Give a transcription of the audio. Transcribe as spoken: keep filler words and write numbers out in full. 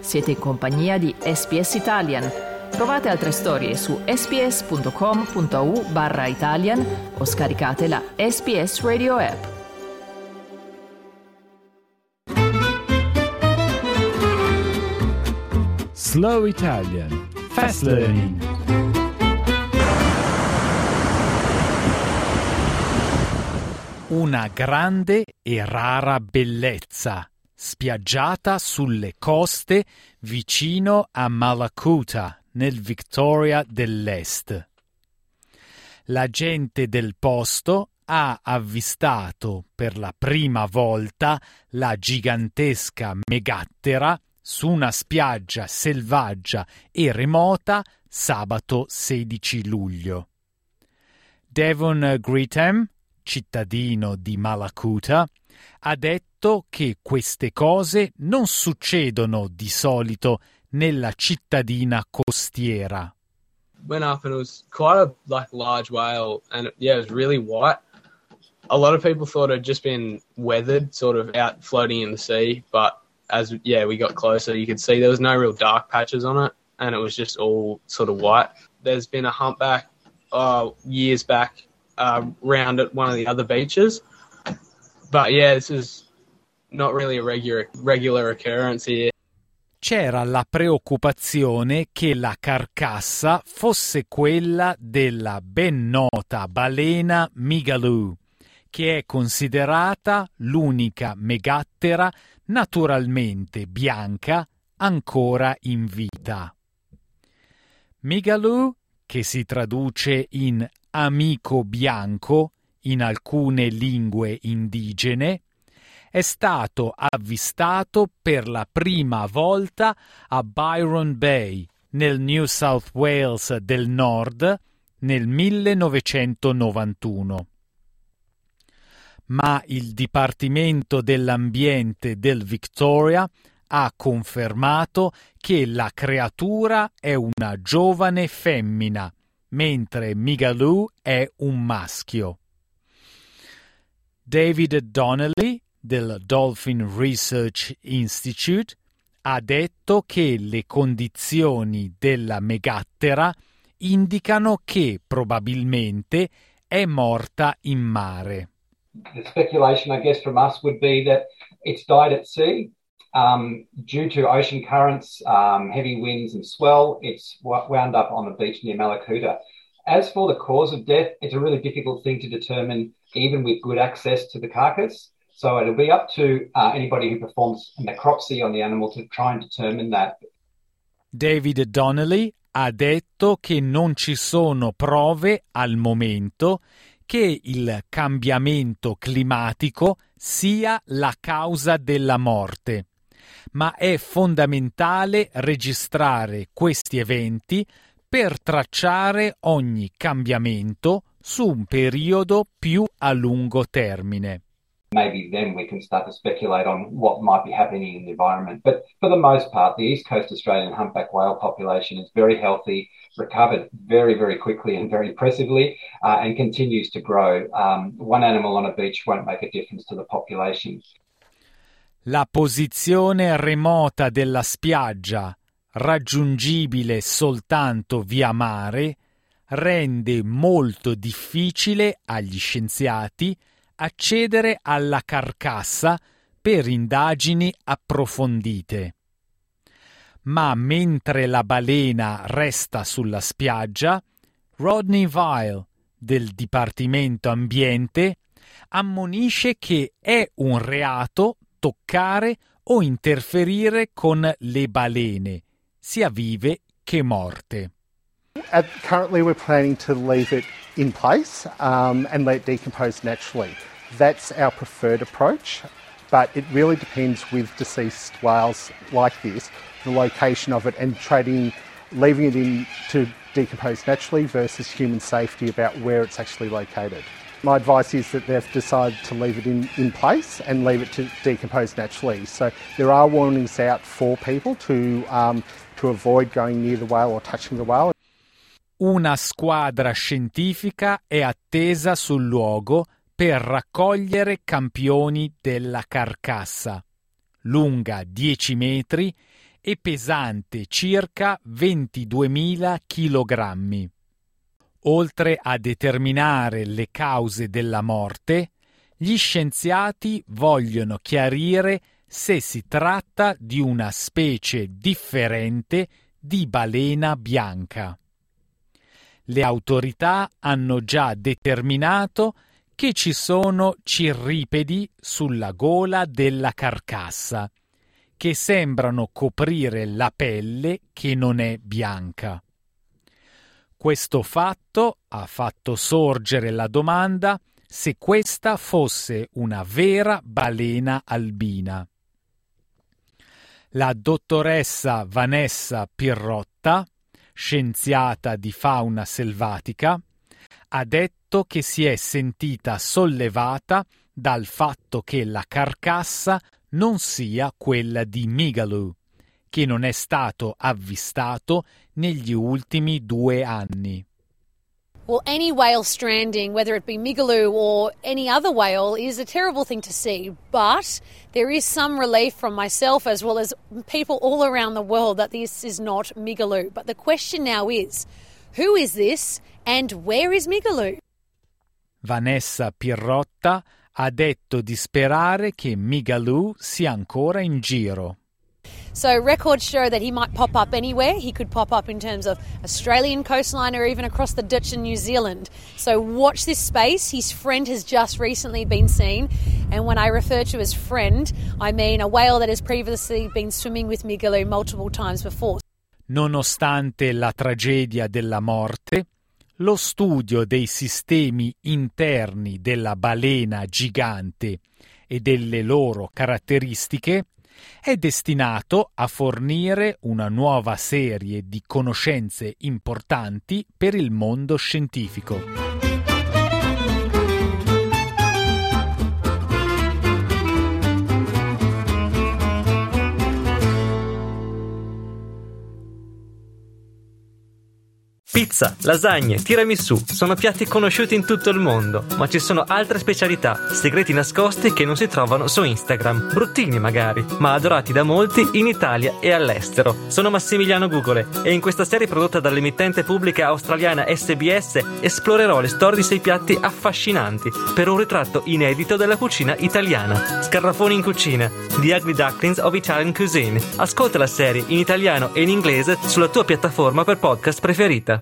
Siete in compagnia di S B S Italian. Trovate altre storie su sbs.com.au barra Italian o scaricate la S B S Radio app. Slow Italian. Fast Learning. Una grande e rara bellezza, spiaggiata sulle coste vicino a Mallacoota, nel Victoria dell'Est. La gente del posto ha avvistato per la prima volta la gigantesca megattera su una spiaggia selvaggia e remota sabato sedici luglio. Devon Gretham, cittadino di Mallacoota, ha detto che queste cose non succedono di solito nella cittadina costiera. Went up and it was quite a like large whale, and it, yeah, it was really white. A lot of people thought it had just been weathered, sort of out floating in the sea, but as yeah we got closer, you could see there was no real dark patches on it, and it was just all sort of white. There's been a humpback uh, years back uh, round at one of the other beaches, but yeah, this is not really a regular regular occurrence here. C'era la preoccupazione che la carcassa fosse quella della ben nota balena Migaloo, che è considerata l'unica megattera naturalmente bianca ancora in vita. Migaloo, che si traduce in amico bianco in alcune lingue indigene, è stato avvistato per la prima volta a Byron Bay, nel New South Wales del Nord, nel millenovecentonovantuno. Ma il Dipartimento dell'Ambiente del Victoria ha confermato che la creatura è una giovane femmina, mentre Migaloo è un maschio. David Donnelly, del Dolphin Research Institute, ha detto che le condizioni della megattera indicano che probabilmente è morta in mare. The speculation, I guess, from us would be that it's died at sea. Um, due to ocean currents, um, heavy winds and swell, it's wound up on the beach near Mallacoota. As for the cause of death, it's a really difficult thing to determine, even with good access to the carcass. So it'll be up to uh, anybody who performs a necropsy on the animal to try and determine that. David Donnelly ha detto che non ci sono prove al momento che il cambiamento climatico sia la causa della morte, ma è fondamentale registrare questi eventi per tracciare ogni cambiamento su un periodo più a lungo termine. Maybe then we can start to speculate on what might be happening in the environment. But for the most part, the East Coast Australian humpback whale population is very healthy, recovered very, very quickly and very impressively, uh, and continues to grow. Um, one animal on a beach won't make a difference to the population. La posizione remota della spiaggia, raggiungibile soltanto via mare, rende molto difficile agli scienziati accedere alla carcassa per indagini approfondite. Ma mentre la balena resta sulla spiaggia, Rodney Vile, del Dipartimento Ambiente, ammonisce che è un reato toccare o interferire con le balene, sia vive che morte. At, currently we're planning to leave it in place um, and let it decompose naturally. That's our preferred approach, but it really depends with deceased whales like this, the location of it and trading, leaving it in to decompose naturally versus human safety about where it's actually located. My advice is that they've decided to leave it in, in place and leave it to decompose naturally. So there are warnings out for people to, um, to avoid going near the whale or touching the whale. Una squadra scientifica è attesa sul luogo per raccogliere campioni della carcassa, lunga dieci metri e pesante circa ventiduemila chilogrammi. Oltre a determinare le cause della morte, gli scienziati vogliono chiarire se si tratta di una specie differente di balena bianca. Le autorità hanno già determinato che ci sono cirripedi sulla gola della carcassa, che sembrano coprire la pelle che non è bianca. Questo fatto ha fatto sorgere la domanda se questa fosse una vera balena albina. La dottoressa Vanessa Pirrotta, scienziata di fauna selvatica, ha detto che si è sentita sollevata dal fatto che la carcassa non sia quella di Migaloo, che non è stato avvistato negli ultimi due anni. Well, any whale stranding, whether it be Migaloo or any other whale, is a terrible thing to see. But there is some relief from myself as well as people all around the world that this is not Migaloo. But the question now is, who is this and where is Migaloo? Vanessa Pirrotta ha detto di sperare che Migaloo sia ancora in giro. So records show that he might pop up anywhere. He could pop up in terms of Australian coastline or even across the ditch in New Zealand. So watch this space. His friend has just recently been seen. And when I refer to his friend, I mean a whale that has previously been swimming with Migaloo multiple times before. Nonostante la tragedia della morte, lo studio dei sistemi interni della balena gigante e delle loro caratteristiche è destinato a fornire una nuova serie di conoscenze importanti per il mondo scientifico. Pizza, lasagne, tiramisù sono piatti conosciuti in tutto il mondo, ma ci sono altre specialità, segreti nascosti che non si trovano su Instagram, bruttini magari, ma adorati da molti in Italia e all'estero. Sono Massimiliano Gugole e in questa serie prodotta dall'emittente pubblica australiana S B S esplorerò le storie di sei piatti affascinanti per un ritratto inedito della cucina italiana. Scarafoni in cucina, The Ugly Ducklings of Italian Cuisine. Ascolta la serie in italiano e in inglese sulla tua piattaforma per podcast preferita.